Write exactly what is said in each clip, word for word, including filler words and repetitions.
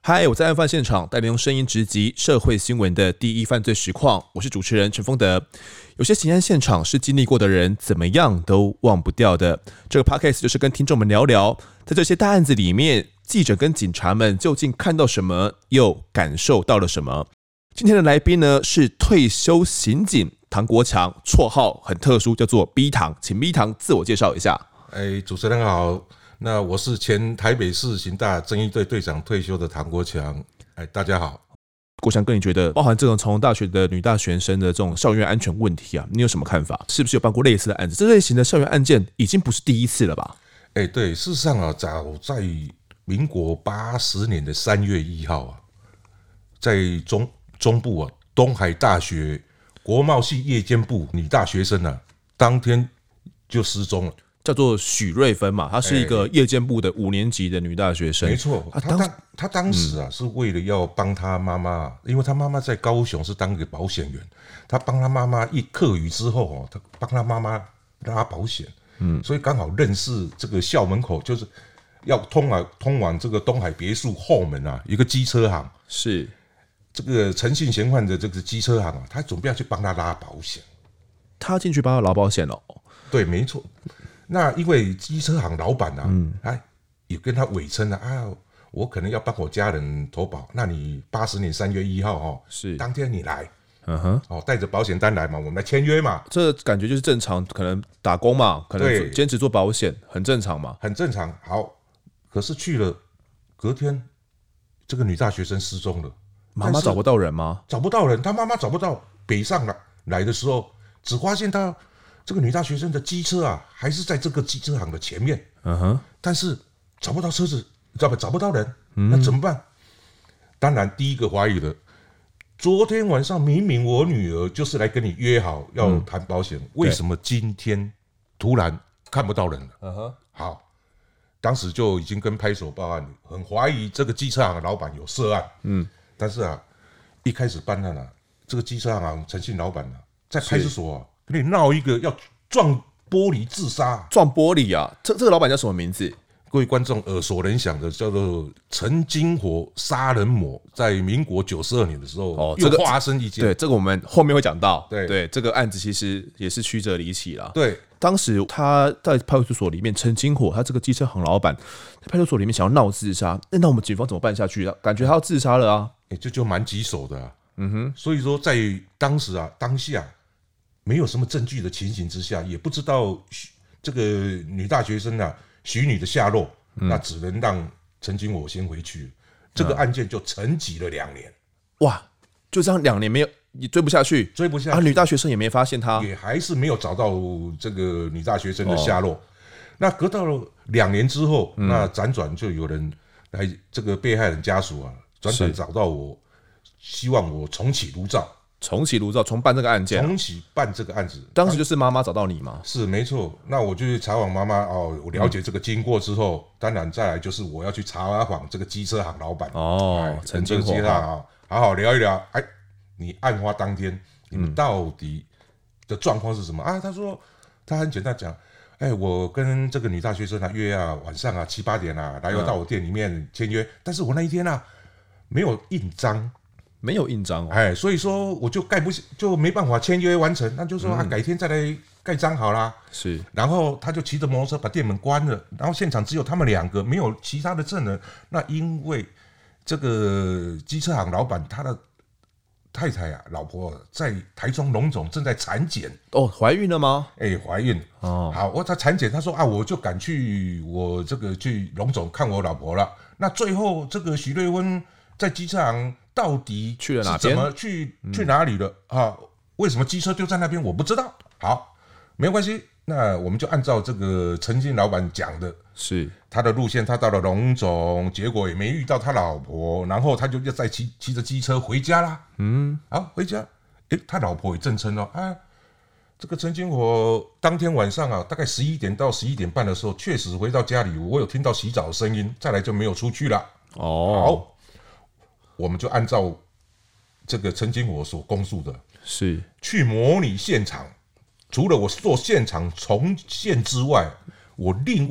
嗨，我在案发现场，带您用声音直击社会新闻的第一犯罪实况。我是主持人陈丰德。有些刑案现场是经历过的人怎么样都忘不掉的。这个 podcast 就是跟听众们聊聊，在这些大案子里面，记者跟警察们究竟看到什么，又感受到了什么。今天的来宾呢是退休刑警唐国强，绰号很特殊，叫做 B 唐，请 B 唐自我介绍一下。 哎，主持人好。那我是前台北市刑大侦缉队队长退休的唐国强，哎，大家好。 国强哥，你觉得包含这种从大学的女大学生的这种校园安全问题啊，你有什么看法？是不是有办过类似的案子？这类型的校园案件已经不是第一次了吧？ 哎，对，事实上啊，早在民国八十年的三月一号啊，在中中部啊，东海大学国贸系夜间部女大学生啊，当天就失踪了。 叫做许瑞芬嘛，她是一个夜间部的五年级的女大学生。 没错，她当她当时啊、嗯、是为了要帮她妈妈，因为她妈妈在高雄是当个保险员，她帮她妈妈一课余之后哦，她帮她妈妈拉保险，嗯，所以刚好认识这个校门口就是要通往通往这个东海别墅后门啊，一个机车行， 是这个陈姓嫌犯的这个机车行啊，他准备要去帮他拉保险， 他进去帮他拉保险了、哦。 对，没错。那因为机车行老板啊，嗯，哎，也跟他委称了啊，我可能要帮我家人投保，那你八十年三月一号哦， 是当天你来， 嗯哼， 哦，带着保险单来嘛，我们来签约嘛。 这感觉就是正常，可能打工嘛，可能兼职做保险，很正常嘛， 很正常。好，可是去了隔天，这个女大学生失踪了， 妈妈找不到人吗？ 找不到人，她妈妈找不到，北上来来的时候，只发现她。这个女大学生的机车啊，还是在这个机车行的前面，嗯哼，但是找不到车子，知道吧？找不到人，那怎么办？当然，第一个怀疑的，昨天晚上明明我女儿就是来跟你约好要谈保险，嗯、为什么今天突然看不到人了？嗯哼，好，当时就已经跟派出所报案，很怀疑这个机车行的老板有涉案，嗯，但是啊，一开始办案啊，这个机车行陈姓老板啊，在派出所啊。跟你闹一个要撞玻璃自杀， 撞玻璃啊！这这个老板叫什么名字？ 各位观众耳熟能详的，叫做陈金火杀人魔，在民国九十二年的时候，哦，又发生一件。 对，这个我们后面会讲到。 对对，这个案子其实也是曲折离奇啦。 对， 当时他在派出所里面，陈金火他这个机车行老板在派出所里面想要闹自杀，那我们警方怎么办下去？感觉他要自杀了啊！ 哎、欸，这就蛮棘手的啊。嗯哼，所以说在当时啊，当下。没有什么证据的情形之下，也不知道这个女大学生啊许女的下落，嗯、那只能让陈金火先回去。这个案件就沉寂了两年。 哇，就这样两年没有，你追不下去， 追不下去啊！女大学生也没发现她， 也还是没有找到这个女大学生的下落。哦、那隔到了两年之后，嗯、那辗转就有人来，这个被害人家属啊，转转找到我，希望我重启炉灶。 重启炉灶，重办这个案件、啊， 重启办这个案子。 当时就是妈妈找到你吗？ 是没错。那我就去查访妈妈哦，我了解这个经过之后，嗯、当然再来就是我要去查访这个机车行老板哦，陈金火啊，好好聊一聊。哎，你案发当天你们到底的状况是什么、嗯、啊？他说他很简单讲，哎，我跟这个女大学生啊约啊晚上啊七八点啊，然后到我店里面签约，嗯、但是我那一天啊没有印章。 没有印章、哦， 哎，所以说我就盖不就没办法签约完成，那就说、嗯、啊，改天再来盖章好啦。 是， 然后他就骑着摩托车把店门关了，然后现场只有他们两个，没有其他的证人。那因为这个机车行老板他的太太啊，老婆在台中荣总正在产检。 哦，怀孕了吗？ 哎，怀孕。哦，好，我他产检，他说啊，我就赶去我这个去荣总看我老婆了。那最后这个许瑞芬在机车行。到底去了哪边？ 怎么去去哪里了、嗯、啊？为什么机车丢在那边？我不知道。好，没关系，那我们就按照这个陈金老板讲的， 是他的路线，他到了荣总，结果也没遇到他老婆，然后他就要再骑骑着机车回家啦。嗯，好，回家，诶，他老婆也证称了啊，这个陈金火当天晚上啊，大概十一点到十一点半的时候，确实回到家里，我有听到洗澡的声音，再来就没有出去了。哦，好。我们就按照这个陈金火所供述的， 是去模拟现场。除了我做现场重现之外，我另外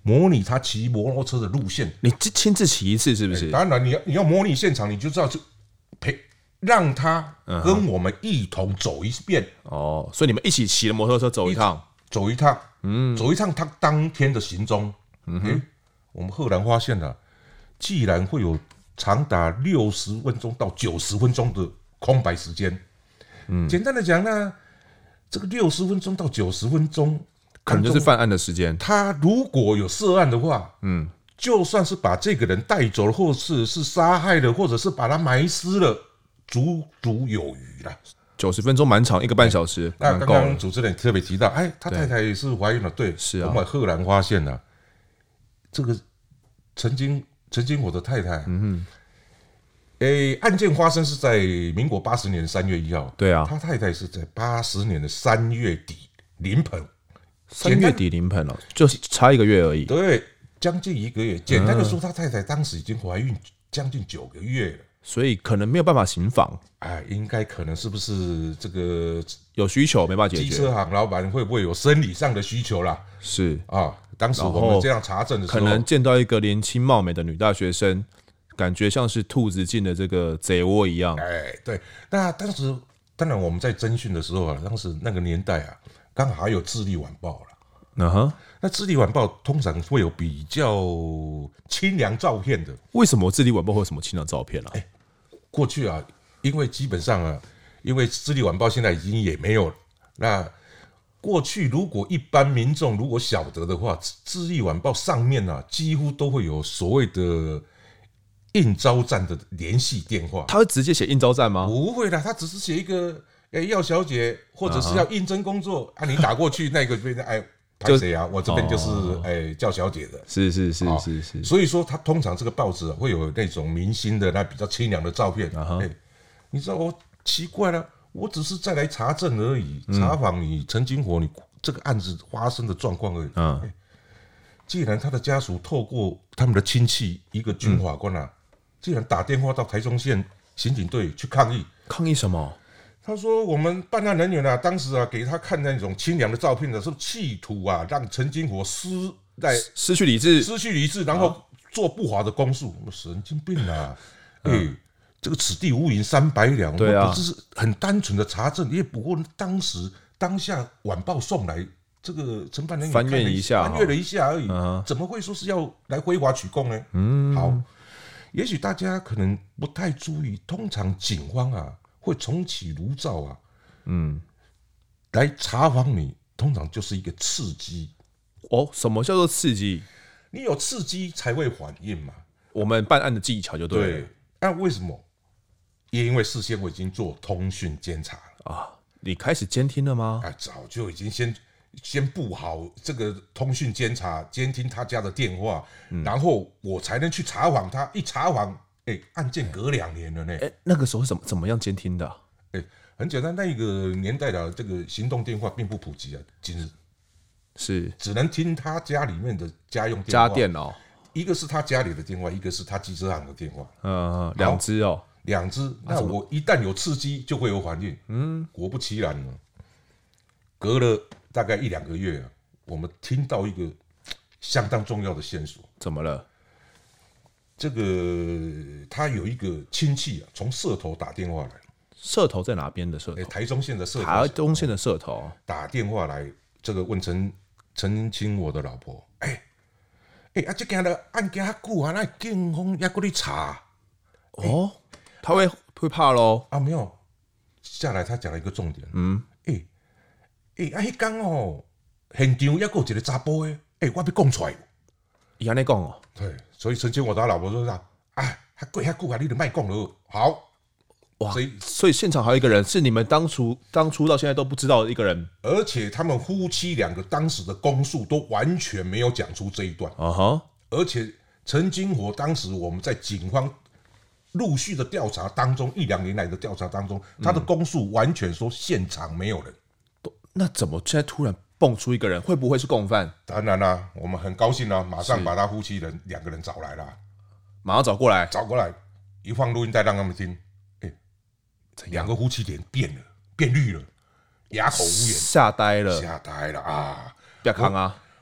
模拟他骑摩托车的路线。 你亲自骑一次是不是？ 当然你要你要模拟现场，你就知道就陪让他跟我们一同走一遍。 哦，所以你们一起骑了摩托车走一趟， 走一趟，嗯，走一趟他当天的行踪。嗯哼，欸、我们赫然发现了，既然会有长达六十分钟到九十分钟的空白时间。嗯，简单的讲呢，这个六十分钟到九十分钟， 可能就是犯案的时间。 他如果有涉案的话，嗯，就算是把这个人带走了，或者是杀害了，或者是把他埋尸了，足足有余了。 九十分钟蛮长，一个半小时。 那刚刚主持人特别提到，哎，他太太也是怀孕了，对， 是啊。 我们赫然发现了，这个曾经曾经我的太太，嗯哼。诶，案件发生是在民国八十年三月一号。 对啊， 他太太是在八十年的三月底临盆。 三月底临盆了，就差一个月而已。 对，将近一个月。简单的说，他太太当时已经怀孕将近九个月了， 所以可能没有办法行房。 哎，应该可能是不是这个有需求没办法解决？ 机车行老板会不会有生理上的需求啦？ 是啊，当时我们这样查证的时候， 可能见到一个年轻貌美的女大学生。感觉像是兔子进了这个贼窝一样。 哎，对。那当时，当然我们在侦讯的时候啊，当时那个年代啊，刚好还有《智利晚报》了。 嗯哼， 那《智利晚报》通常会有比较清凉照片的。 为什么《智利晚报》会有什么清凉照片啊？ 哎，过去啊，因为基本上啊，因为《智利晚报》现在已经也没有了。那过去如果一般民众如果晓得的话，《智利晚报》上面啊，几乎都会有所谓的应召站的联系电话。 他会直接写应召站吗？ 不会的，他只是写一个诶，要小姐或者是要应征工作啊，你打过去那个边哎，拍谁啊？我这边就是哎叫小姐的。 是是是是是。 所以说，他通常这个报纸会有那种明星的那比较清凉的照片。哎，你知道我奇怪了，我只是再来查证而已，查访你陈金火你这个案子发生的状况而已。嗯。既然他的家属透过他们的亲戚一个军法官啊。既然打电话到台中县刑警队去抗议， 抗议什么？ 他说我们办案人员啊，当时啊给他看那种清凉的照片的，是企图啊让陈金火失在失去理智， 失去理智，然后做不法的供述。神经病啊！哎、嗯欸，这个此地无银三百两， 对啊， 不只是很单纯的查证，也不过当时当下晚报送来。这个承办人员翻阅一下， 翻阅了一下而已，嗯、怎么会说是要来挥华取供呢？嗯，好。也许大家可能不太注意，通常警方啊会重启炉灶啊，嗯，来查访你，通常就是一个刺激。 哦，什么叫做刺激？ 你有刺激才会反应嘛。 我们办案的技巧就对了。对， 那为什么？也因为事先我已经做通讯监察了啊。你开始监听了吗？ 啊，早就已经先。先布好这个通讯监察，监听他家的电话，嗯、然后我才能去查访他。一查访，哎、欸，案件隔两年了呢。 哎、欸，那个时候怎么怎么样监听的、啊？ 哎、欸，很简单，那个年代的这个行动电话并不普及啊。今日是只能听他家里面的家用电话， 家电哦。 一个是他家里的电话，一个是他机车行的电话。 嗯，两只哦， 两只。那我一旦有刺激，就会有反应。嗯，果不其然呢，隔了。大概一两个月啊，我们听到一个相当重要的线索。 怎么了？ 这个他有一个亲戚啊，从社头打电话来。 社头在哪边的社头？ 欸、台中县的社头。 台中县的社头打电话来，这个问陈陈清我的老婆，哎、欸、哎、欸、啊，这件的案件较久啊，那警方也过去查。 哦，欸、他会会怕咯？ 啊，没有。下来他讲了一个重点，嗯，哎、欸。哎、欸，啊，迄天哦，现场也有一个查甫的，哎、欸，我要讲出来。 伊安尼讲哦， 对，所以曾经我的老婆说啥，啊，还过还过啊，你就卖讲了。好， 哇，所以所以现场还有一个人是你们当初当初到现在都不知道的一个人， 而且他们夫妻两个当时的供述都完全没有讲出这一段。啊哈，而且陈金火当时我们在警方陆续的调查当中，一两年来的调查当中，他的供述完全说现场没有人。 那怎么现在突然蹦出一个人？会不会是共犯？ 当然啦、啊，我们很高兴啊，马上把他夫妻人两个人找来了， 马上找过来， 找过来，一放录音带让他们听，哎、欸，两个夫妻脸变了，变绿了，哑口无言， 吓呆了， 吓呆了啊！ 不要扛啊！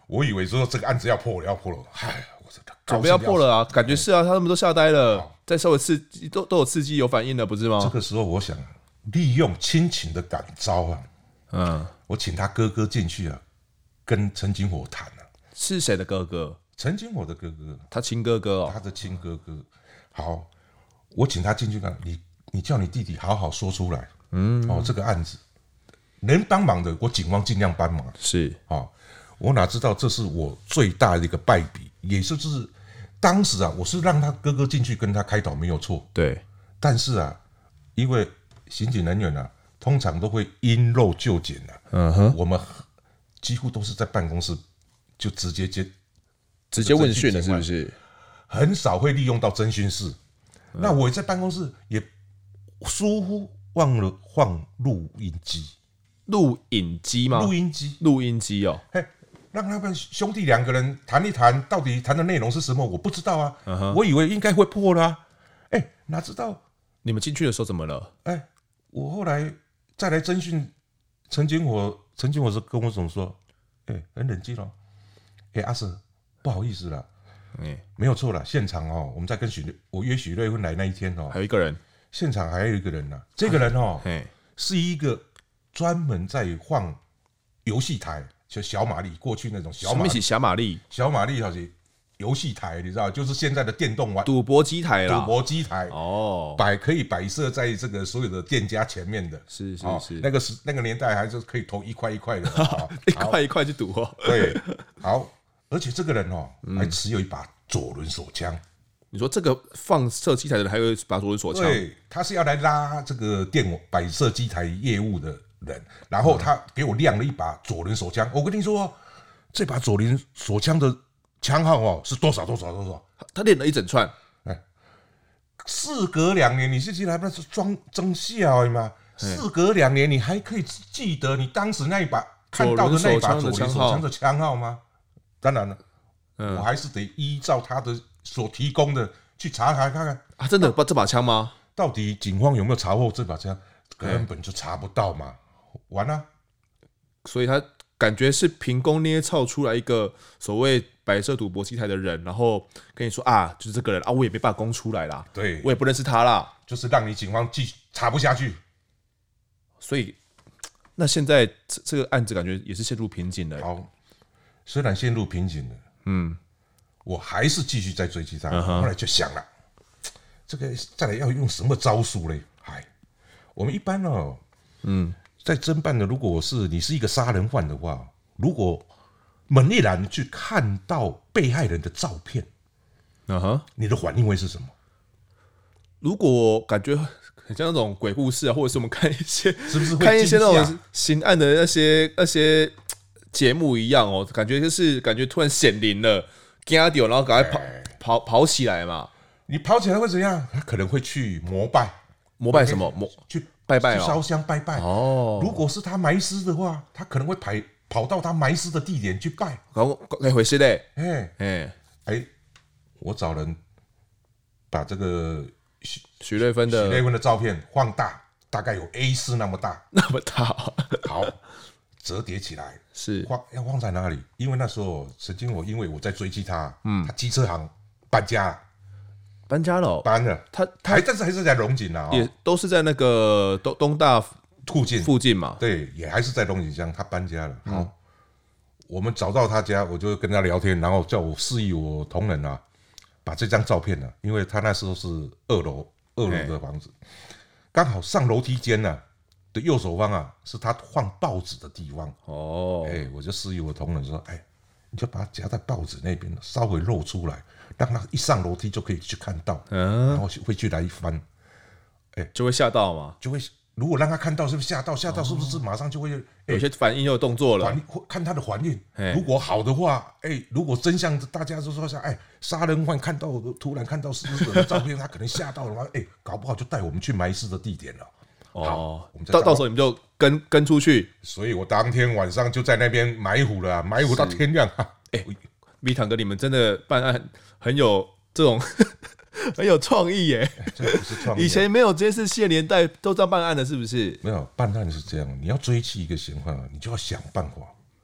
我以为说这个案子要破了，要破了，哎，我真的准备要破了啊，感觉是啊，他们都吓呆了，再稍微刺激都都有刺激有反应了，不是吗？ 这个时候我想利用亲情的感召啊，嗯，我请他哥哥进去啊，跟陈金火谈啊。 是谁的哥哥？ 陈金火的哥哥， 他亲哥哥哦， 他的亲哥哥。好，我请他进去看，你你叫你弟弟好好说出来，嗯，哦，这个案子能帮忙的，我警方尽量帮忙。 是， 哦，我哪知道这是我最大的一个败笔，也是就是当时啊，我是让他哥哥进去跟他开导没有错， 对， 但是啊，因为刑警人员啊，通常都会因陋就简啊，嗯哼，我们几乎都是在办公室就直接接。 直接问讯了是不是？ 很少会利用到侦讯室。嗯、那我在办公室也疏忽忘了放录音机， 录影机吗？ 录音机， 录音机哦。 嘿，让他们兄弟两个人谈一谈，到底谈的内容是什么？我不知道啊。Uh-huh. 我以为应该会破了、啊，哎、欸，哪知道？ 你们进去的时候怎么了？ 哎、欸，我后来再来侦讯陈金火，陈金火是跟我总说，哎、欸，很冷静哦。哎、欸，阿 Sir。不好意思啦，嗯，没有错啦。现场哦，我们在跟许我约许瑞芬来那一天哦， 还有一个人， 现场还有一个人呢、啊。这个人哦，是一个专门在放游戏台，就小玛丽过去那种小玛丽， 小玛丽， 小玛丽好像游戏台，你知道，就是现在的电动玩赌博机台啦， 赌博机台哦， 摆可以摆设在这个所有的店家前面的， 是是是， 哦、那个时那个年代还是可以投一块一块的， 一块一块去赌哦。 对，好。而且这个人哦，还持有一把左轮手枪。 你说这个放射机台的人还有一把左轮手枪？ 对，他是要来拉这个电摆设机台业务的人，然后他给我亮了一把左轮手枪。我跟你说，这把左轮手枪的枪号哦是多少多少多少？ 他练了一整串。 哎，事隔两年，你是记得那是装真笑吗？事隔两年，你还可以记得你当时那一把看到的那一把左轮手枪的枪号吗？当然了，嗯、我还是得依照他的所提供的去查查看看啊，真的把这把枪吗？ 到底警方有没有查获这把枪？根本就查不到嘛，完了。 所以他感觉是凭空捏造出来一个所谓摆设赌博机台的人，然后跟你说啊，就是这个人啊，我也没办法供出来啦， 对， 我也不认识他啦， 就是让你警方继查不下去。 所以，那现在这这个案子感觉也是陷入瓶颈了。 好。虽然陷入瓶颈了，嗯，我还是继续在追击他。Uh-huh. 后来就想了，这个再来要用什么招数嘞？哎，我们一般哦，嗯，在侦办的，如果是你是一个杀人犯的话，如果猛烈然去看到被害人的照片，啊哈，你的反应会是什么？ 如果感觉很像那种鬼故事啊，或者是我们看一些， 是不是会看一些那种刑案的那些那些。节目一样哦，感觉就是感觉突然显灵了，惊到，然后赶快跑、欸、跑跑起来嘛。 你跑起来会怎样？他可能会去膜拜， 膜拜什么？膜去拜拜哦，烧香拜拜哦。如果是他埋尸的话，他可能会跑跑到他埋尸的地点去拜。 搞那回事嘞？ 哎哎哎，我找人把这个许许瑞芬的许瑞芬的照片放大，大概有 A 四 那么大， 那么大。 好。折叠起来是放要放在哪里？因为那时候曾经我因为我在追击他，嗯，他机车行搬家了， 搬家了、哦， 搬了， 他他还但是还是在龙井啊、哦， 也都是在那个东东大附近附近嘛， 对，也还是在龙井乡，他搬家了。好、嗯，我们找到他家，我就跟他聊天，然后叫我示意我同仁啊，把这张照片呢、啊，因为他那时候是二楼二楼的房子，刚好上楼梯间呢、啊。的右手方啊，是他放报纸的地方哦。哎、欸，我就示意我同仁说，哎，你就把它夹在报纸那边，稍微露出来，让他一上楼梯就可以去看到，嗯，然后会去来一翻， 哎、欸，就会吓到嘛， 就会如果让他看到，是不是吓到？吓到是不是马上就会、欸、 有些反应又有动作了？ 看他的反应，如果好的话，哎、欸，如果真相大家就说像哎，杀人犯看到突然看到死者的照片，他可能吓到了嘛，哎、欸，搞不好就带我们去埋尸的地点了。 哦，到到时候你们就跟跟出去， 所以我当天晚上就在那边埋伏了、啊，埋伏到天亮。 哎，米堂哥，你们真的办案很有这种很有创意耶！ 这不是创意、啊， 以前没有监视器的年代都这样办案的，是不是？ 没有办案是这样，你要追击一个嫌犯，你就要想办法。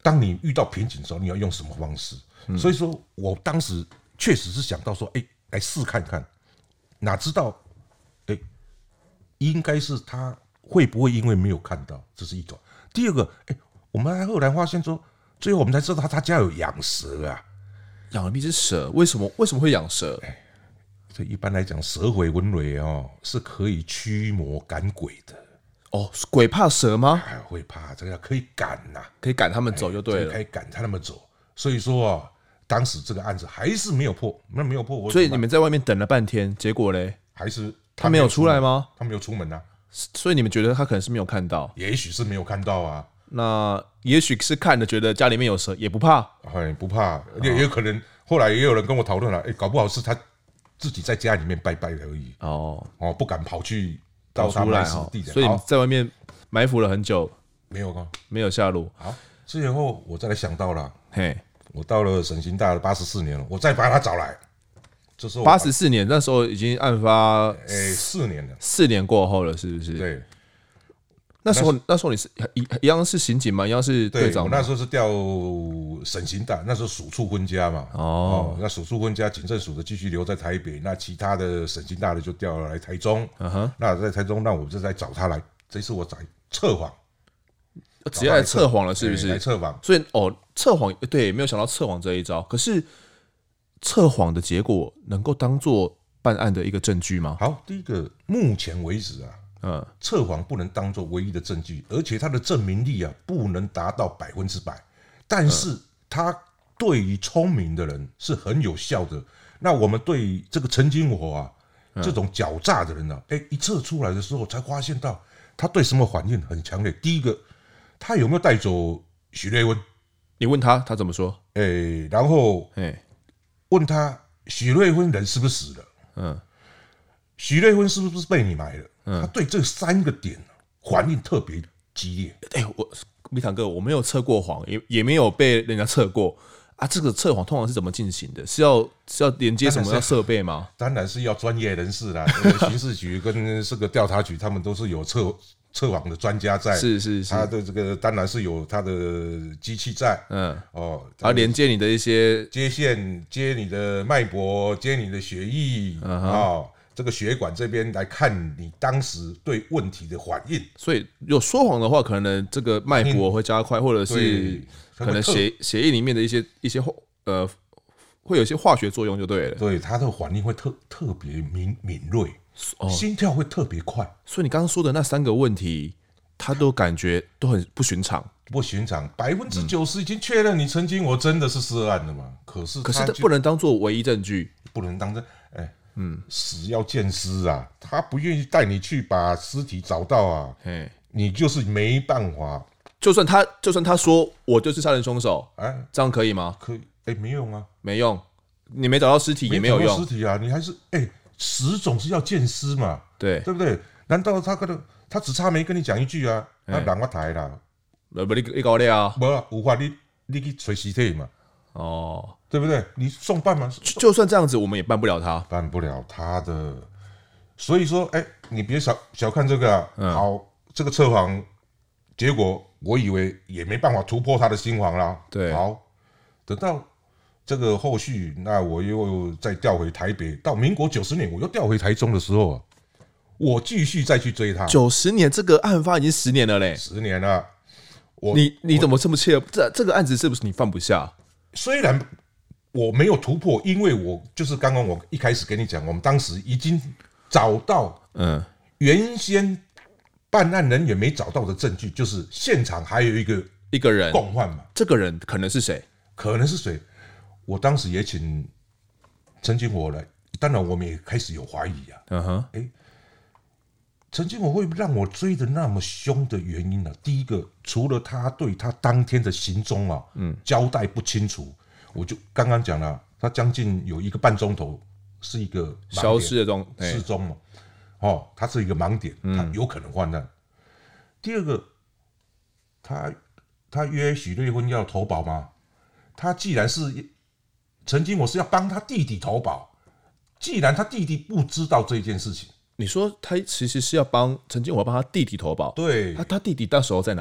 当你遇到瓶颈的时候，你要用什么方式？嗯、所以说我当时确实是想到说，哎、欸，来试看看，哪知道，哎、欸，应该是他会不会因为没有看到，这是一种。第二个，哎、欸，我们还后来发现说，最后我们才知道他他家有养蛇啊， 养了一只蛇，为什么为什么会养蛇？ 哎、欸，这一般来讲，蛇尾纹尾哦是可以驱魔赶鬼的。 哦，鬼怕蛇吗？ 哎，会怕，这个可以赶呐、啊， 可以赶他们走就对了， 可以赶他们走。所以说啊，当时这个案子还是没有破，那没有破。 所以你们在外面等了半天，结果嘞， 还是他没有出来吗？ 他没有出门啊。 所以你们觉得他可能是没有看到？ 也许是没有看到啊。 那也许是看了，觉得家里面有蛇也不怕。 哎，不怕，也也有可能。后来也有人跟我讨论了，哎，搞不好是他自己在家里面拜拜而已。哦哦，不敢跑去。到他埋死地点， 所以你在外面埋伏了很久， 没有吗？ 没有下落。 好，之前后我再来想到了， 嘿， 我到了省刑大八十四年了，我再把他找来。这时候八十四年，那时候已经案发， 哎，四年了， 四年过后了，是不是？ 对。 那时候，那时候你是一一样是刑警吗？一样是队长吗？ 我那时候是调省刑大，那时候署处分家嘛。哦, 哦，那署处分家，警政署的继续留在台北，那其他的省刑大的就调来台中。嗯哼，那在台中，那我就在找他来。这次我找测谎， 直接来测谎了，是不是？ 来测谎。 所以哦，测谎对，没有想到测谎这一招。可是测谎的结果能够当做办案的一个证据吗？ 好，第一个，目前为止啊。嗯，测谎不能当作唯一的证据，而且它的证明力啊不能达到百分之百，但是它对于聪明的人是很有效的。那我们对于这个陈金火啊这种狡诈的人呢、啊，哎、欸，一测出来的时候才发现到他对什么反应很强烈。第一个，他有没有带走许瑞温？ 你问他，他怎么说？ 哎、欸，然后哎，问他许瑞温人是不是死了？嗯，许瑞温是不是被你埋了？他对这三个点反应特别激烈。 哎、欸，我米堂哥，我没有测过谎，也也没有被人家测过啊。这个测谎通常是怎么进行的？是要是要连接什么样设备吗？ 当然是要专业人士啦，刑事局跟这个调查局，他们都是有测测谎的专家在。 是是是， 他的这个当然是有他的机器在。嗯， 哦，而连接你的一些接线，接你的脉搏，接你的血液啊。哦，这个血管这边来看你当时对问题的反应， 所以有说谎的话，可能这个脉搏会加快，或者是可能血血液里面的一些一些呃，会有一些化学作用，就对了。 对，它的反应会特特别敏敏锐，哦，心跳会特别快。 所以你刚刚说的那三个问题，他都感觉都很不寻常， 不寻常，百分之九十已经确认你曾经我真的是涉案了嘛？可是可是不能当做唯一证据， 不能当真，哎、欸。嗯，死要见尸啊！他不愿意带你去把尸体找到啊，你就是没办法。 就算他，就算他说我就是杀人凶手，哎、欸，这样可以吗？ 可以，哎、欸，没用啊， 没用。你没找到尸体也没有用， 尸体啊，你还是哎、欸，死总是要见尸嘛， 对对不对？难道他可能他只差没跟你讲一句啊？他让我抬啦， 不你你搞的啊？ 无啊，无法你你去找尸体嘛。哦，对不对？你送办吗？ 就, 就算这样子，我们也办不了他， 办不了他的。所以说，哎、欸，你别小小看这个啊。嗯、好，这个测谎结果，我以为也没办法突破他的心防啦。 对， 好，等到这个后续，那我又再调回台北。到民国九十年，我又调回台中的时候，我继续再去追他。 九十年，这个案发已经十年了嘞， 十年了。我你你怎么这么切？这这个案子是不是你放不下？ 虽然我没有突破，因为我就是刚刚我一开始跟你讲，我们当时已经找到，嗯，原先办案人员没找到的证据，就是现场还有一个一个人共犯嘛。 这个人可能是谁？ 可能是谁？我当时也请陈金火来，当然我们也开始有怀疑啊。嗯哼，哎，陈金火会让我追的那么凶的原因呢、啊？第一个，除了他对他当天的行踪啊，嗯，交代不清楚，我就刚刚讲了，他将近有一个半钟头是一个消失的状失踪嘛，哦，他是一个盲点，他有可能患难。嗯、第二个，他他约许瑞芬要投保吗？他既然是曾经我是要帮他弟弟投保，既然他弟弟不知道这件事情。 你说他其实是要帮陈金火帮他弟弟投保， 对， 他他弟弟那时候在哪里？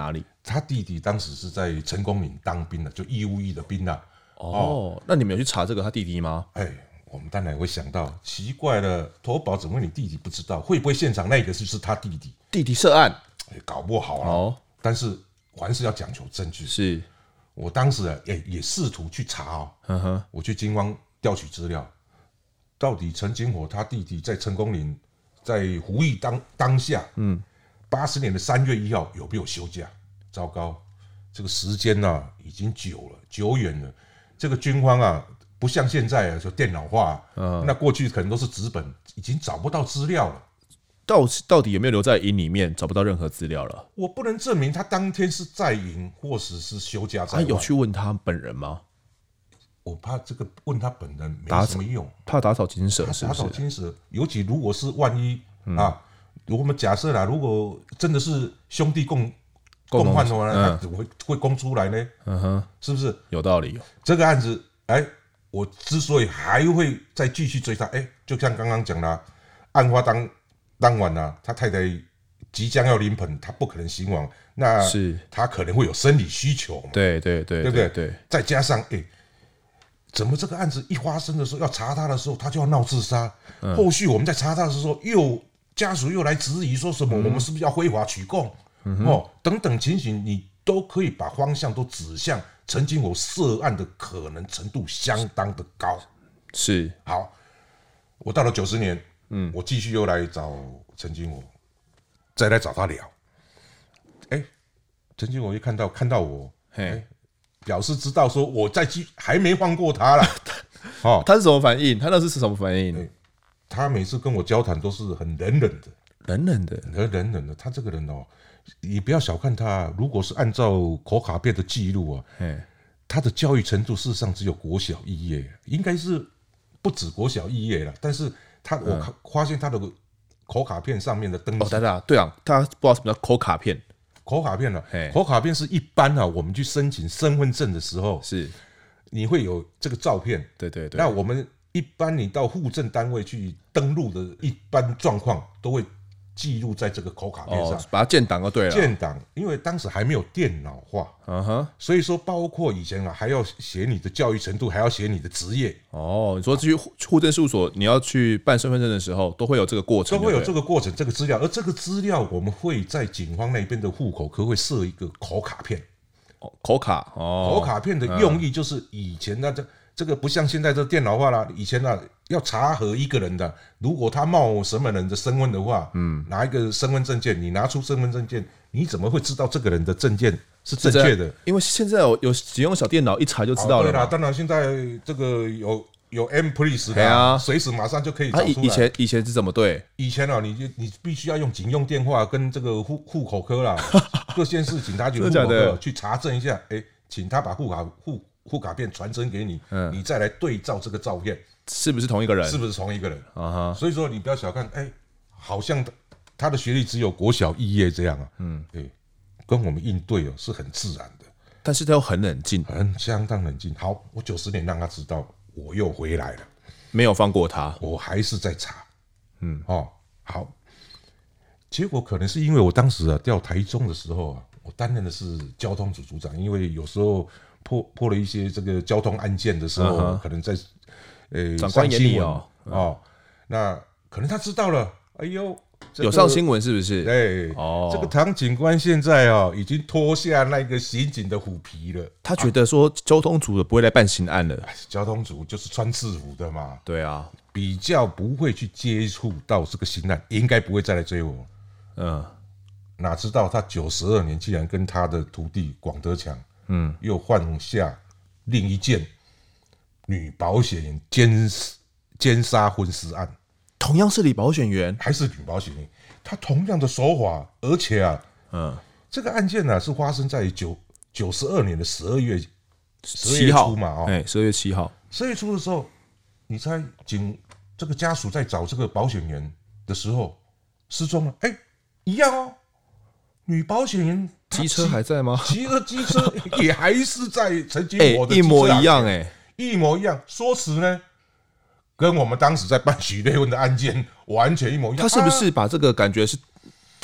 他弟弟当时是在成功岭当兵的，就义务役的兵啊。 哦，哦那你们有去查这个他弟弟吗？ 哎，我们当然会想到，奇怪了，投保怎么你弟弟不知道？会不会现场那个就是他弟弟？ 弟弟涉案， 哎，搞不好啊。哦，但是凡事要讲求证据。 是我当时啊，也也试图去查哦， 呵呵我去金光调取资料，到底陈金火他弟弟在成功岭在服役当当下，嗯，八十年的三月一号有没有休假？糟糕，这个时间呢、啊、已经久了，久远了。这个军方啊，不像现在啊，就电脑化，嗯，那过去可能都是纸本，已经找不到资料了。 到到底有没有留在营里面？找不到任何资料了。 我不能证明他当天是在营，或者是休假在外。 啊，有去问他本人吗？ 我怕这个问他本人没什么用， 怕打草惊蛇，是不是？ 打草惊蛇，尤其如果是万一、嗯、啊，我们假设啦，如果真的是兄弟共共犯的话，他、嗯、怎么会会供出来呢？嗯哼，是不是有道理？ 这个案子，哎，我之所以还会再继续追他，哎，就像刚刚讲的，案发当当晚啊，他太太即将要临盆，他不可能刑亡，那是他可能会有生理需求嘛？ 对对对， 对不对？ 对， 再加上哎。怎么这个案子一发生的时候，要查他的时候，他就要闹自杀？嗯、后续我们在查他的时候，又家属又来质疑说什么，嗯、我们是不是要非法取供？嗯、哦，等等情形，你都可以把方向都指向陈金火涉案的可能程度相当的高。 是， 好，我到了九十年，嗯，我继续又来找陈金火，再来找他聊。哎，陈金火一看到看到我，哎。表示知道说我在还没放过他啦。 哦，他是什么反应？他那是什么反应？欸、 他每次跟我交谈都是很冷冷的， 冷冷的， 很冷冷的。他这个人哦，你不要小看他，如果是按照口卡片的记录啊，他的教育程度事实上只有国小肄业，应该是不止国小肄业了。但是他我发现他的口卡片上面的登记， 哦，对啊，对啊，他不知道什么叫口卡片。 口卡片了、啊，口卡片是一般啊，我们去申请身份证的时候，是你会有这个照片， 对对对。 那我们一般你到户政单位去登录的一般状况，都会记录在这个口卡片上，哦、 把它建档就对了。 建档，因为当时还没有电脑化，嗯哼，所以说包括以前啊，还要写你的教育程度，还要写你的职业。 哦，你说去户政事务所，你要去办身份证的时候，都会有这个过程， 都会有这个过程，这个资料，而这个资料我们会在警方那边的户口科会设一个口卡片。 哦、口卡，哦， 口卡片的用意就是以前那这这个不像现在这电脑化啦，以前呢、啊。要查核一个人的，如果他冒什么人的身份的话，嗯，拿一个身份证件，你拿出身份证件，你怎么会知道这个人的证件是正确的？ 因为现在有有使用小电脑，一查就知道了、哦。 对啦，当然现在这个有有 M Police 的、啊，随时马上就可以找出来。 啊、以前以前是怎么对？ 以前啊，你你必须要用警用电话跟这个户户口科啦，各县市警察局的户口科去查证一下，哎，请他把户卡户户卡片传真给你，嗯，你再来对照这个照片。 是不是同一个人？ 是不是同一个人？啊、uh-huh. 所以说你不要小看，哎、欸，好像他的学历只有国小肄业这样啊，嗯，对、欸，跟我们应对哦是很自然的， 但是他又很冷静， 很相当冷静。好，我九十年让他知道我又回来了， 没有放过他， 我还是在查，嗯，哦，好，结果可能是因为我当时啊调台中的时候啊，我担任的是交通组组长，因为有时候破破了一些这个交通案件的时候， uh-huh. 可能在。呃， 长官眼里哦， 哦，那可能他知道了，哎呦， 这个、有上新闻是不是？ 对，哦，这个唐警官现在哦，已经脱下那个刑警的虎皮了。 他觉得说交通组的不会来办刑案了， 啊、交通组就是穿制服的嘛， 对啊， 比较不会去接触到这个刑案，应该不会再来追我。嗯，哪知道他九十二年竟然跟他的徒弟广德强，嗯，又犯下另一件。女保险员奸奸杀婚尸案， 同样是女保险员， 还是女保险员，她同样的手法，而且啊，嗯，这个案件呢、啊、是发生在九九十二年的十二月七号嘛，哦， 哎，十二月七号， 十二月初的时候，你猜警这个家属在找这个保险员的时候失踪了，哎，一样哦，女保险员机车还在吗？ 骑着机车也还是在陈金火的一模一样哎。 一模一样，说辞呢，跟我们当时在办许瑞文的案件完全一模一样。 他是不是把这个感觉是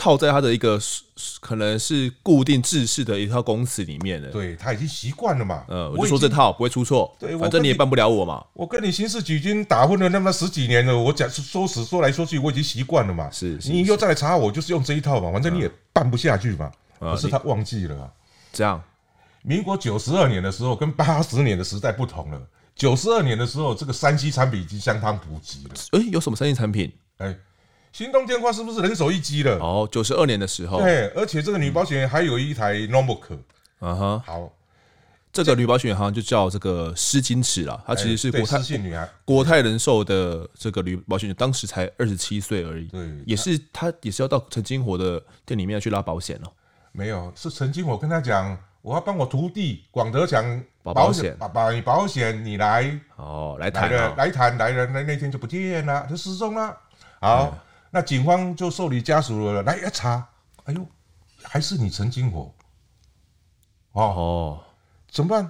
套在他的一个可能是固定制式的一套公词里面了。 对，他已经习惯了嘛。 呃，我就说这套不会出错， 对， 反正你也办不了我嘛。 我跟你刑事局军打混了那么十几年了，我讲说实说来说去，我已经习惯了嘛。 是，是你以后再来查我，就是用这一套嘛，反正你也办不下去嘛。 嗯、 可是他忘记了、啊， 这样。 民国九十二年的时候，跟八十年的时代不同了。九十二年的时候，这个三 C 产品已经相当普及了。 哎、欸，有什么三 C 产品？ 哎、欸，行动电话是不是人手一机了？ 哦，九十二年的时候。 对，而且这个女保险员还有一台 Normal。 嗯哼， 好， 这个女保险员好像就叫这个施金池啦，她其实是国泰、 欸、女孩国泰人寿的这个女保险员，当时才二十七岁而已。 对， 也是她也是要到陈金火的店里面去拉保险哦。 没有，是陈金火跟他讲。我要帮我徒弟广德强保保险， 保保保险，你来哦，来谈、 哦，来谈，来了，那那天就不见了，就失踪了。好，嗯、那警方就受理家属了，来一查，哎呦，还是你陈金火，哦哦，怎么办？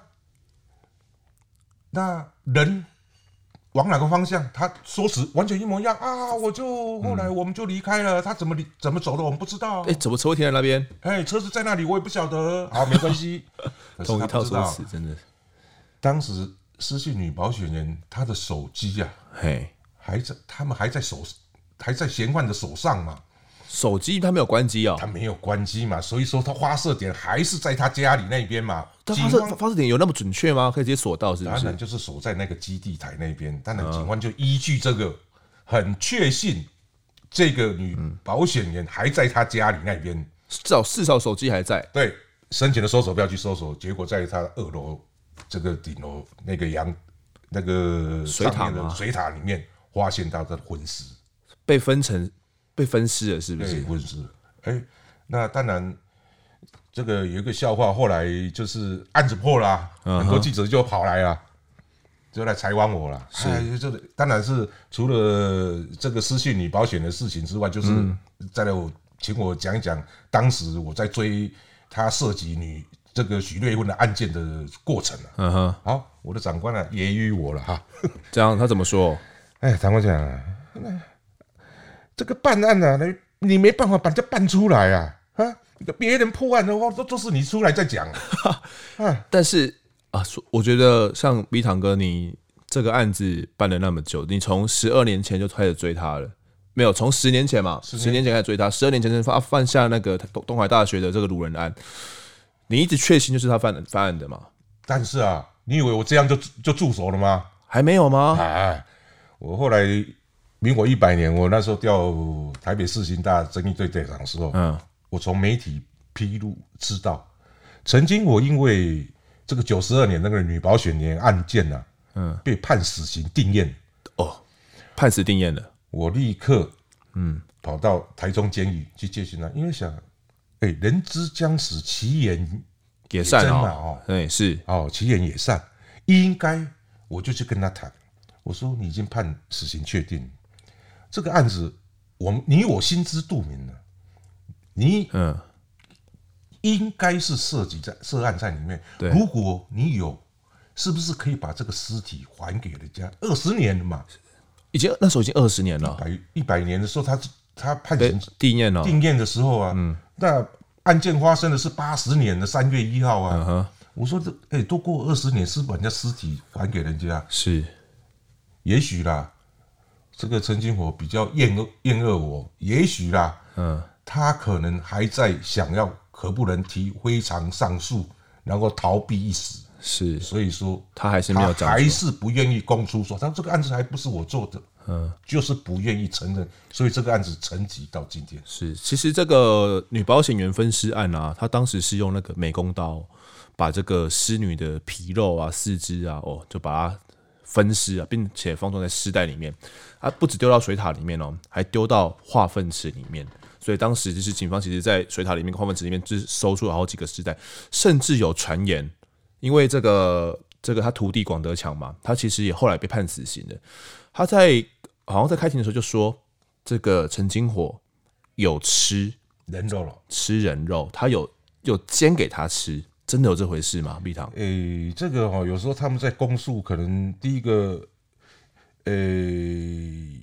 那人往哪个方向？他说辞完全一模一样啊！我就后来我们就离开了，嗯、他怎么怎么走的我们不知道。 哎、欸，怎么车会停在那边？ 哎、欸，车子在那里我也不晓得。好，没关系。 同一套说辞，真的。 当时失信女保险员她的手机啊，嘿，还在，他们还在手，还在嫌犯的手上嘛。 手机他没有关机哦， 他没有关机嘛，所以说他发射点还是在他家里那边嘛。 他发射发射点有那么准确吗？可以直接锁到是不是？ 当然就是锁在那个基地台那边。当然警方就依据这个，很确信这个女保险员还在他家里那边， 至少至少手机还在。 对，申请了搜索票去搜索，结果在他二楼这个顶楼那个阳那个水塔的水塔里面发现他的昏尸， 被分成。被分尸了是不是？ 对，分尸。哎、欸，那当然，这个有一个笑话，后来就是案子破了、啊，uh-huh. 很多记者就跑来了，就来采访我了。是，哎、这个当然是除了这个失信女保险的事情之外，就是再来我请我讲一讲当时我在追他涉及女这个许瑞芬的案件的过程了。嗯哼，好，我的长官啊揶揄我了哈。 这样他怎么说？ 哎，长官讲啊。这个办案啊，你你没办法把这办出来啊！啊，别人破案的话，都都是你出来再讲。 啊，但是啊，我觉得像 B 堂哥，你这个案子办了那么久，你从十二年前就开始追他了，没有？从十年前嘛，十年前开始追他，十二年前就犯犯下那个东东海大学的这个掳人案，你一直确信就是他犯犯案的嘛？ 但是啊，你以为我这样就就住手了吗？ 还没有吗？ 哎，我后来。民国一百年，我那时候调台北市刑大侦缉队队长的时候，嗯，我从媒体披露知道，曾经我因为这个九十二年那个女保险员案件啊，嗯，被判死刑定谳。 哦，判死定谳了。 我立刻嗯跑到台中监狱去接讯他，因为想，哎、欸，人之将死，其言也善嘛， 哦，对，是哦，其言也善，应该我就去跟他谈，我说你已经判死刑确定。这个案子，我你我心知肚明了，你嗯，应该是涉及在涉案在里面。如果你有，是不是可以把这个尸体还给人家？二十年了嘛， 已经那时候已经二十年了。 一百一百年的时候，他他判刑定谳了， 定谳的时候啊，嗯，那案件发生的是八十年的三月一号啊。嗯、我说这哎、欸，都过二十年，是把人家尸体还给人家？ 是， 也许啦。这个陈金火比较厌恶厌恶我，也许啦，嗯，他可能还在想要可不能提非常上诉，然后逃避一死， 是， 所以说他还是没有讲， 还是不愿意供出说，他这个案子还不是我做的，嗯，就是不愿意承认，所以这个案子沉寂到今天。 是，其实这个女保险员分尸案啊，他当时是用那个美工刀把这个尸女的皮肉啊、四肢啊，哦，就把它分尸啊，并且封装在尸袋里面。啊，不止丢到水塔里面哦，还丢到化粪池里面。所以当时就是警方其实在水塔里面、化粪池里面，就是搜出了好几个尸袋，甚至有传言，因为这个这个他徒弟广德强嘛，他其实也后来被判死刑的。他在好像在开庭的时候就说，这个陈金火有吃人肉了， 吃人肉，他有有煎给他吃。真的有这回事吗？碧堂， 诶、欸，这个哈、喔，有时候他们在公诉，可能第一个，诶、欸，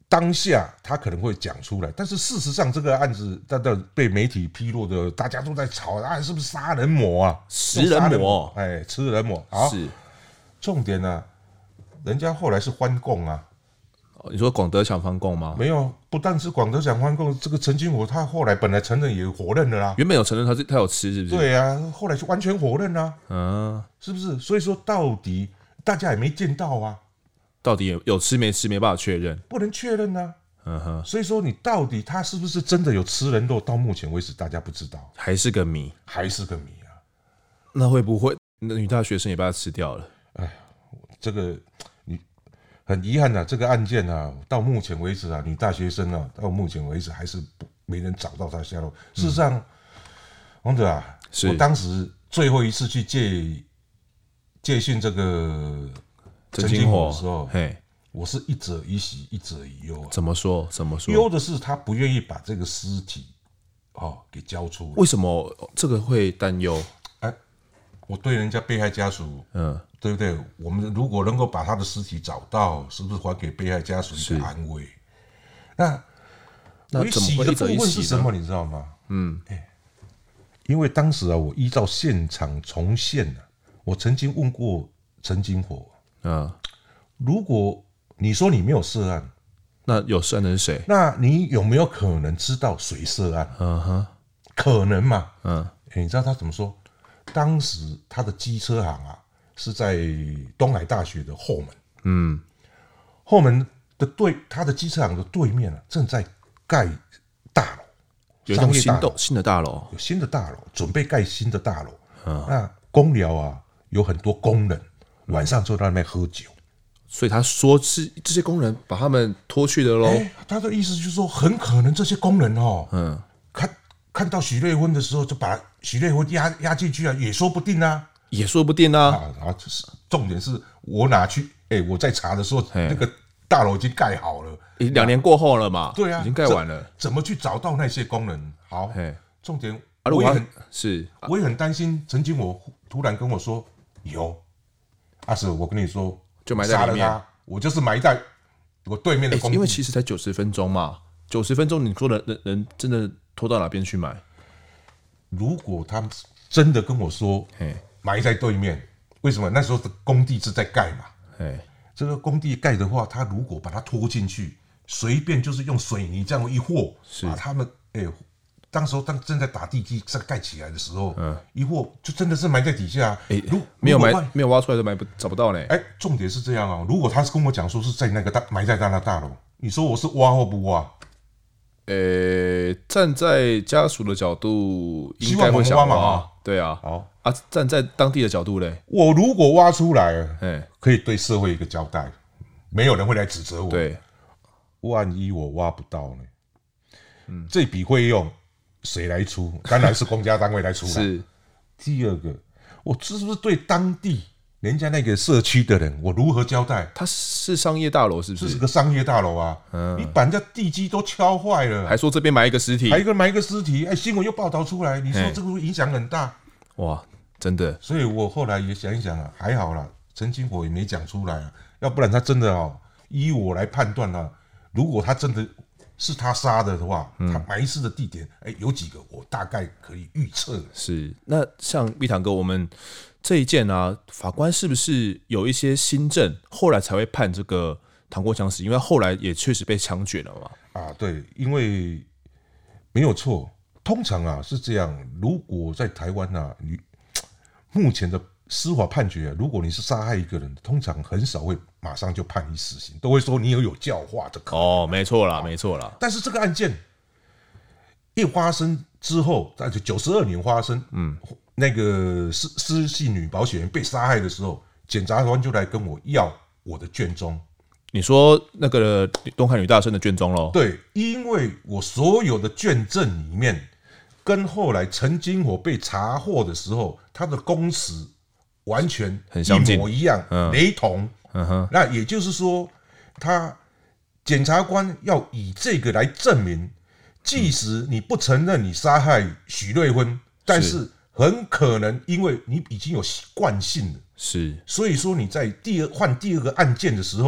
当下他可能会讲出来，但是事实上这个案子它的被媒体披露的，大家都在吵啊，是不是杀人魔啊？ 食人魔， 哎，吃人魔。好， 是重点呢、啊，人家后来是翻供啊。 你说广德祥翻供吗？ 没有，不但是广德祥翻供，这个陈金火他后来本来承认也否认了啦。 原本有承认他是他有吃，是不是？ 对啊，后来就完全否认啦、啊。 嗯， 是不是？所以说到底大家也没见到啊。 到底有有吃没吃没办法确认， 不能确认啊。 嗯哼， 所以说你到底他是不是真的有吃人肉？到目前为止大家不知道， 还是个谜， 还是个谜啊。 那会不会那女大学生也把它吃掉了？ 哎，这个你很遗憾啊，这个案件啊，到目前为止啊，女大学生啊，到目前为止还是不没人找到她下落。事实上，王者啊，我当时最后一次去借借讯这个陈金火的时候， 嘿。 我是一者以喜，一者以忧、啊。 怎么说？怎么说？ 忧的是他不愿意把这个尸体哦给交出。 为什么这个会担忧？ 哎，我对人家被害家属，嗯，对不对？我们如果能够把他的尸体找到，是不是还给被害家属一个安慰？那那怎么会一者一喜是什么？你知道吗？嗯，哎，因为当时啊，我依照现场重现啊，我曾经问过陈金火，嗯，如果你说你没有涉案， 那有涉案的是谁？ 那你有没有可能知道谁涉案？嗯哼，可能嘛？嗯，欸、你知道他怎么说？当时他的机车行啊是在东海大学的后门，嗯，后门的对，他的机车行的对面啊正在盖大楼， 有一栋新的新的大楼， 有新的大楼准备盖新的大楼。嗯，那工寮啊有很多工人晚上就在那边喝酒。 所以他说是这些工人把他们拖去的喽、欸。 他的意思就是说，很可能这些工人哦，嗯，看看到许瑞芬的时候，就把许瑞芬压压进去啊，也说不定啊， 也说不定啊。 啊，然后就是重点是我拿去，哎、欸，我在查的时候，那个大楼已经盖好了， 两年过后了嘛， 对啊， 已经盖完了， 怎么去找到那些工人？好，重点， 啊、 我也很是， 我也很担心。曾经我突然跟我说有，阿 Sir， 我跟你说。 就埋在里面， 我就是埋在我对面的工地、欸， 因为其实才九十分钟嘛，九十分钟，你说人人人真的拖到哪边去埋？ 如果他们真的跟我说埋在对面，为什么？那时候的工地是在盖嘛，这个工地盖的话，他如果把它拖进去，随便就是用水泥这样一和，把他们哎。欸当时候当正在打地基在盖起来的时候，嗯，一货就真的是埋在底下、啊，哎、欸，如没有埋没有挖出来都埋不找不到呢。 哎、欸，重点是这样啊，如果他是跟我讲说是在那个大埋在他那大楼，你说我是挖或不挖？ 呃、欸，站在家属的角度，应该会想挖嘛，对啊，好啊，站在当地的角度嘞， 我如果挖出来，哎、欸，可以对社会一个交代，没有人会来指责我。 对， 万一我挖不到呢？嗯，这笔费用。谁来出？当然是公家单位来出了。 是。 第二个，我是不是对当地人家那个社区的人，我如何交代？ 它是商业大楼，是不是？ 这是个商业大楼啊！嗯、你把人家地基都敲坏了， 还说这边埋一个尸体， 还一个埋一个尸体，哎，新闻又报道出来，你说这个影响很大。 哇，真的。 所以我后来也想一想啊，还好啦，陈金火也没讲出来啊，要不然他真的哦，依我来判断啊，如果他真的。是他杀的的话，他埋尸的地点，哎、欸，有几个我大概可以预测。 是，那像碧堂哥，我们这一件啊，法官是不是有一些新证，后来才会判这个唐国强死？因为后来也确实被枪决了嘛。 啊，对，因为没有错，通常啊是这样。如果在台湾啊，你目前的司法判决、啊，如果你是杀害一个人，通常很少会马上就判你死刑，都会说你有有教化的可能。 哦，没错啦，没错啦。 但是这个案件一发生之后，在九十二年发生，嗯，那个失失信女保险员被杀害的时候，检察官就来跟我要我的卷宗。 你说那个东海女大生的卷宗咯？ 对，因为我所有的卷证里面，跟后来陈金火被查获的时候，他的供词。完全一模一样，嗯、雷同。嗯、那也就是说，他检察官要以这个来证明，即使你不承认你杀害许瑞芬，但是很可能因为你已经有惯性了， 是， 所以说你在第二换第二个案件的时候，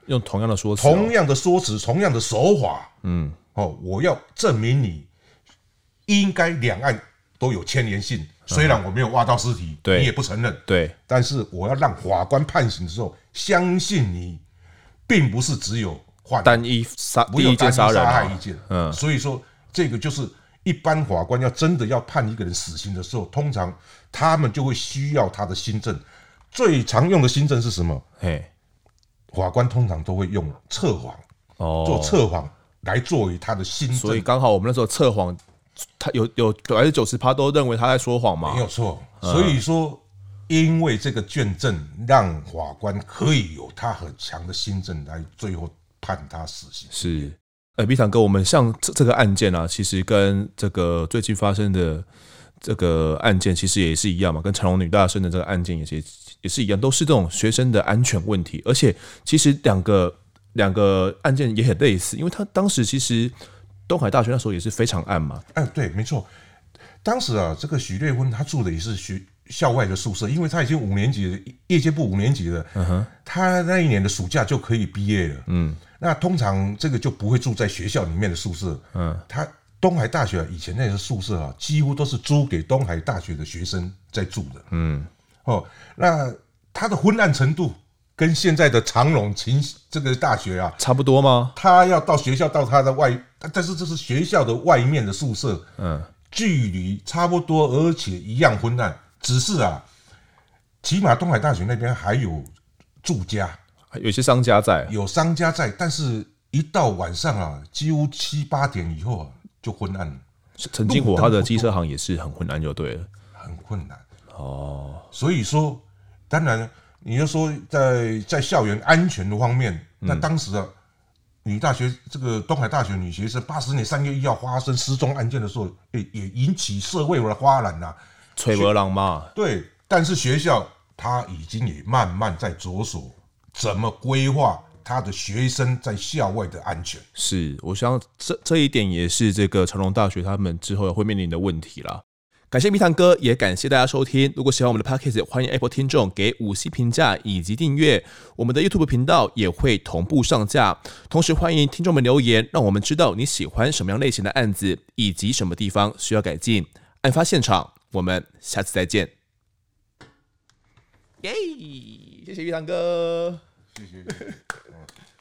用同样的说辞、 哦，同样的说辞，同样的手法，嗯，哦，我要证明你应该两岸都有牵连性。虽然我没有挖到尸体， 对， 你也不承认， 对， 但是我要让法官判刑的时候相信你，并不是只有换单一杀第一件杀人、 啊、害一件，嗯，所以说这个就是一般法官要真的要判一个人死刑的时候，通常他们就会需要他的心证。最常用的心证是什么？嘿，法官通常都会用测谎，哦，做测谎来作为他的心证。 所以刚好我们那时候测谎。他有有百分之九十趴都认为他在说谎吗？ 没有错，所以说，因为这个卷证，让法官可以有他很强的心证来最后判他死刑。 是，呃，毕堂哥，我们像这这个案件啊，其实跟这个最近发生的这个案件其实也是一样嘛，跟长荣女大生的这个案件也是也是一样，都是这种学生的安全问题，而且其实两个两个案件也很类似，因为他当时其实。东海大学那时候也是非常暗嘛， 哎，对，没错。当时啊，这个许瑞芬他住的也是学校外的宿舍，因为他已经五年级了，业界部五年级了，嗯哼，他那一年的暑假就可以毕业了，嗯，那通常这个就不会住在学校里面的宿舍，嗯，他东海大学以前那个宿舍啊，几乎都是租给东海大学的学生在住的，嗯，哦，那他的昏暗程度。跟现在的长荣勤这个大学啊差不多吗？ 他要到学校到他的外，但是这是学校的外面的宿舍，嗯，距离差不多，而且一样昏暗。只是啊，起码东海大学那边还有住家， 有些商家在， 有商家在，但是一到晚上啊，几乎七八点以后啊就昏暗了。 曾经火它的机车行也是很昏暗，就对了， 很困难哦。所以说，当然。你就说在在校园安全的方面，嗯、那当时啊，女大学这个东海大学女学生八十年三月一号发生失踪案件的时候，也也引起社会的哗然呐、啊， 吹波浪嘛。 对，但是学校他已经也慢慢在着手怎么规划他的学生在校外的安全。 是，我想这这一点也是这个长荣大学他们之后会面临的问题啦。感谢蜜糖哥，也感谢大家收听。如果喜欢我们的 Podcast， 欢迎 Apple 听众给五星评价以及订阅。我们的 YouTube 频道也会同步上架。同时欢迎听众们留言，让我们知道你喜欢什么样类型的案子，以及什么地方需要改进。案发现场，我们下次再见。耶！谢谢蜜糖哥， 谢谢。